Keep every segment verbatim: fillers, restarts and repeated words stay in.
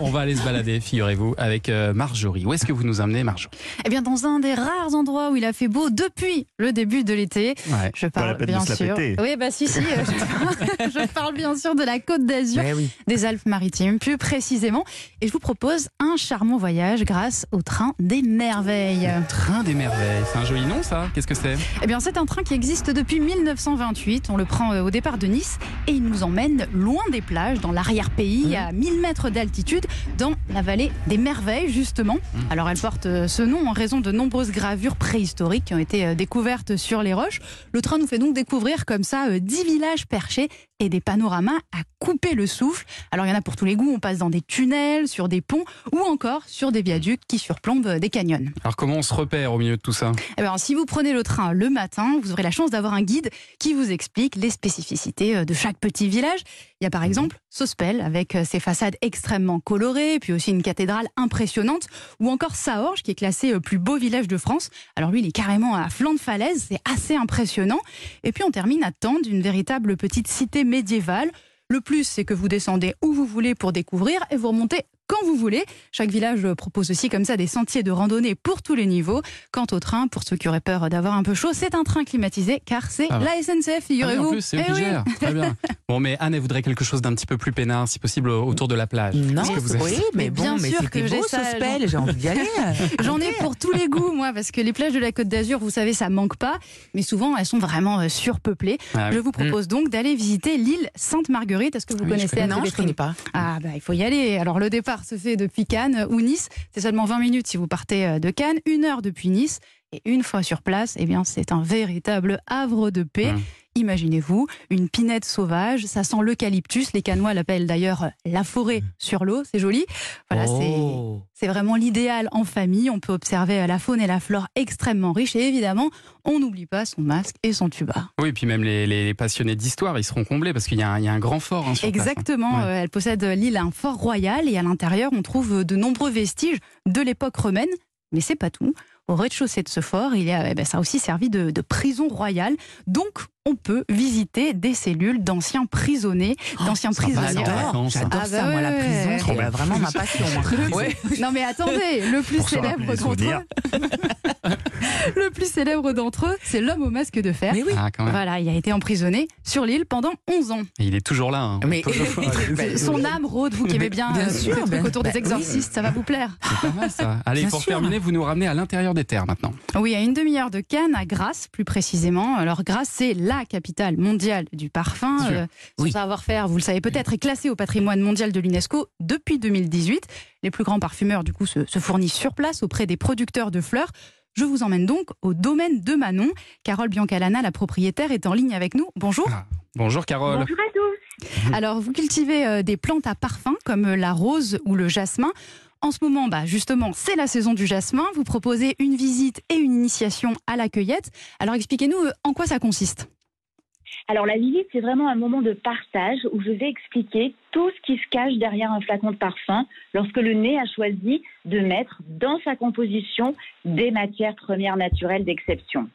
on va aller se balader, figurez-vous, avec euh, Marjorie. Où est-ce que vous nous emmenez, Marjorie? Eh bien, dans un des rares endroits où il a fait beau depuis le début de l'été. Ouais. Je parle bien sûr. Oui, bah si, si. euh, je, je parle bien sûr de la Côte d'Azur, Mais oui. des Alpes-Maritimes, plus précisément. Et je vous propose un charmant voyage grâce au train des merveilles. Train des merveilles. C'est un joli nom, ça? Qu'est-ce que c'est? Eh bien, c'est un train qui existe depuis mille neuf cent vingt-huit. On le prend euh, au départ de Nice et il nous emmène loin des plages, dans l'arrière-pays, à mille mètres d'altitude, dans la vallée des merveilles, justement. Alors, elle porte euh, ce nom en raison de nombreuses gravures préhistoriques qui ont été euh, découvertes sur les roches. Le train nous fait donc découvrir comme ça euh, dix villages perchés et des panoramas à couper le souffle. Alors, il y en a pour tous les goûts. On passe dans des tunnels, sur des ponts ou encore sur des viaducs qui surplombent euh, des canyons. Alors, comment on se repère au milieu de tout ça? Eh bien, si vous prenez le train le matin, vous aurez la chance d'avoir un guide qui vous explique les spécificités de chaque petit village. Il y a par exemple Sospel avec ses façades extrêmement colorées, puis aussi une cathédrale impressionnante, ou encore Saorge qui est classé plus beau village de France. Alors lui, il est carrément à flanc de falaise, c'est assez impressionnant. Et puis on termine à Tende, une véritable petite cité médiévale. Le plus, c'est que vous descendez où vous voulez pour découvrir et vous remontez quand vous voulez. Chaque village propose aussi comme ça des sentiers de randonnée pour tous les niveaux. Quant au train, pour ceux qui auraient peur d'avoir un peu chaud, c'est un train climatisé car c'est Ah ouais. la S N C F, Ah oui, figurez-vous. en plus, c'est eux Eh qui oui. gèrent. Très bien. Bon, mais Anne, elle voudrait quelque chose d'un petit peu plus peinard, si possible, autour de la plage. Non, Qu'est-ce que vous avez? oui, mais bon, Bien mais sûr c'était que j'ai beau, ça, Sospel, j'ai envie d'y aller. J'en ai pour tous les goûts, moi, parce que les plages de la Côte d'Azur, vous savez, ça manque pas, mais souvent elles sont vraiment euh, surpeuplées. Ah oui. Je vous propose donc d'aller visiter l'île Sainte-Marguerite. Est-ce que vous Ah oui, je connaissez connais. Anne Non, je Bétring connais pas. Ah bah il faut y aller. Alors le départ se fait depuis Cannes ou Nice. C'est seulement vingt minutes si vous partez euh, de Cannes, une heure depuis Nice. Et une fois sur place, eh bien c'est un véritable havre de paix. Mmh. Imaginez-vous, une pinette sauvage, ça sent l'eucalyptus. Les Cannois l'appellent d'ailleurs la forêt sur l'eau, c'est joli. Voilà, Oh. c'est c'est vraiment l'idéal en famille. On peut observer la faune et la flore extrêmement riches. Et évidemment, on n'oublie pas son masque et son tuba. Oui, puis même les, les passionnés d'histoire, ils seront comblés parce qu'il y, a un- il y a un grand fort hein, sur place, hein. Exactement, Ouais. euh, elle possède l'île un fort royal et à l'intérieur, on trouve de nombreux vestiges de l'époque romaine. Mais c'est pas tout. Au rez-de-chaussée de ce fort, il y a, eh ben, ça a aussi servi de, de prison royale. Donc, on peut visiter des cellules d'anciens prisonniers, d'anciens sympa, prisonniers. ça. Ouais. J'adore, j'adore Ah ça, bah moi, la ouais. prison, c'est vraiment ma passion. moi. Ouais. Non mais attendez, le plus Pour se célèbre rappeler les d'entre souvenirs. eux, le plus célèbre d'entre eux, c'est l'homme au masque de fer. Mais oui. Ah, quand même. Voilà, il a été emprisonné sur l'île pendant onze ans. Et il est toujours là. Hein. Mais Bah, Son âme rôde, vous qui aimez bien, Bien euh, sûr, ces trucs ben- autour des bah, exorcistes, ça va vous plaire. C'est pas mal ça. Allez, Bien pour sûr. terminer, vous nous ramenez à l'intérieur des terres maintenant. Oui, à une demi-heure de Cannes, à Grasse plus précisément. Alors Grasse, c'est la capitale mondiale du parfum. Sûr. Euh, son Oui. savoir-faire, vous le savez peut-être, est classé au patrimoine mondial de l'UNESCO depuis deux mille dix-huit. Les plus grands parfumeurs, du coup, se, se fournissent sur place auprès des producteurs de fleurs. Je vous emmène donc au domaine de Manon. Carole Biancalana, la propriétaire, est en ligne avec nous. Bonjour. Ah. Bonjour Carole. Bonjour à tous. Alors, vous cultivez euh, des plantes à parfum comme euh, la rose ou le jasmin. En ce moment, bah, justement, c'est la saison du jasmin. Vous proposez une visite et une initiation à la cueillette. Alors, expliquez-nous euh, en quoi ça consiste. Alors la visite, c'est vraiment un moment de partage où je vais expliquer tout ce qui se cache derrière un flacon de parfum lorsque le nez a choisi de mettre dans sa composition des matières premières naturelles d'exception.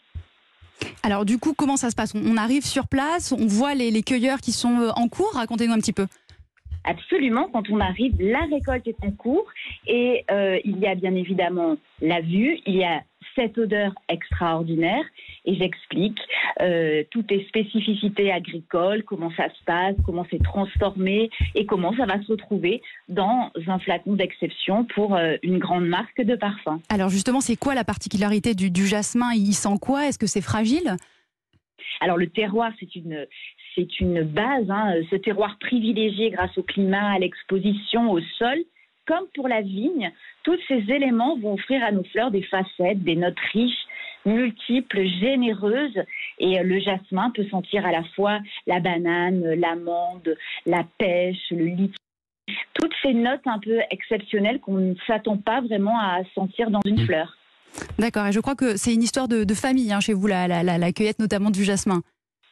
Alors, du coup, comment ça se passe ? On arrive sur place, on voit les, les cueilleurs qui sont euh, en cours. Racontez-nous un petit peu. Absolument, quand on arrive, la récolte est en cours et euh, il y a bien évidemment la vue, il y a cette odeur extraordinaire et j'explique euh, toutes les spécificités agricoles, comment ça se passe, comment c'est transformé et comment ça va se retrouver dans un flacon d'exception pour euh, une grande marque de parfum. Alors, justement, c'est quoi la particularité du, du jasmin ? Il sent quoi ? Est-ce que c'est fragile ? Alors le terroir, c'est une, c'est une base, hein, ce terroir privilégié grâce au climat, à l'exposition, au sol. Comme pour la vigne, tous ces éléments vont offrir à nos fleurs des facettes, des notes riches, multiples, généreuses. Et le jasmin peut sentir à la fois la banane, l'amande, la pêche, le litchi. Toutes ces notes un peu exceptionnelles qu'on ne s'attend pas vraiment à sentir dans une fleur. D'accord, et je crois que c'est une histoire de, de famille hein, chez vous, la, la, la, la cueillette notamment du jasmin.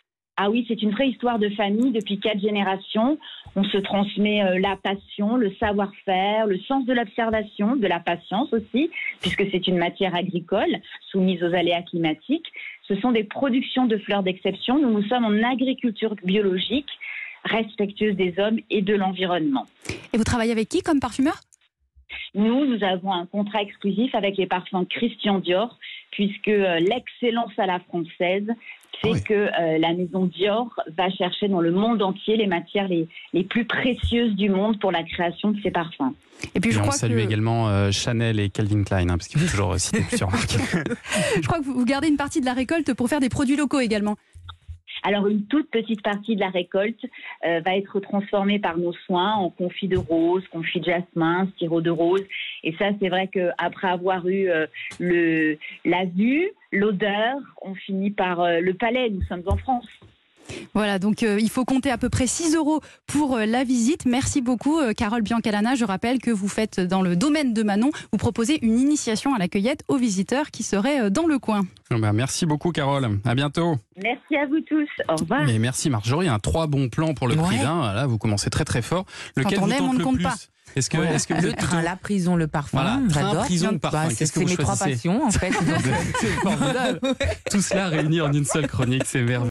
Ah oui, c'est une vraie histoire de famille depuis quatre générations. On se transmet euh, la passion, le savoir-faire, le sens de l'observation, de la patience aussi, puisque c'est une matière agricole soumise aux aléas climatiques. Ce sont des productions de fleurs d'exception. Nous, nous sommes en agriculture biologique, respectueuse des hommes et de l'environnement. Et vous travaillez avec qui comme parfumeur ? Nous, nous avons un contrat exclusif avec les parfums Christian Dior, puisque euh, l'excellence à la française fait oui. que euh, la maison Dior va chercher dans le monde entier les matières les, les plus précieuses du monde pour la création de ses parfums. Et puis je et crois on salue que... également euh, Chanel et Calvin Klein, hein, parce qu'il faut toujours euh, citer plusieurs marques. je crois que vous gardez une partie de la récolte pour faire des produits locaux également. Alors, une toute petite partie de la récolte euh, va être transformée par nos soins en confit de rose, confit de jasmin, sirop de rose. Et ça, c'est vrai qu'après avoir eu euh, le, la vue, l'odeur, on finit par euh, le palais. Nous sommes en France. Voilà, donc euh, il faut compter à peu près six euros pour euh, la visite. Merci beaucoup, euh, Carole Biancalana. Je rappelle que vous faites dans le domaine de Manon, vous proposez une initiation à la cueillette aux visiteurs qui seraient euh, dans le coin. Oh ben, merci beaucoup, Carole. À bientôt. Merci à vous tous. Au revoir. Et merci, Marjorie. Un trois bons plans pour le Ouais. prix d'un. Là, vous commencez très très fort. Lequel Quand on vous aime, tente on ne le compte plus pas. Est-ce que, Ouais. est-ce que vous Le êtes train, plutôt- la prison, le parfum, Voilà, train, j'adore. prison, parfum. Bah, Qu'est-ce c'est que vous c'est mes trois choisissez ? passions en fait. C'est formidable. Tout cela réuni en une seule chronique, c'est merveilleux.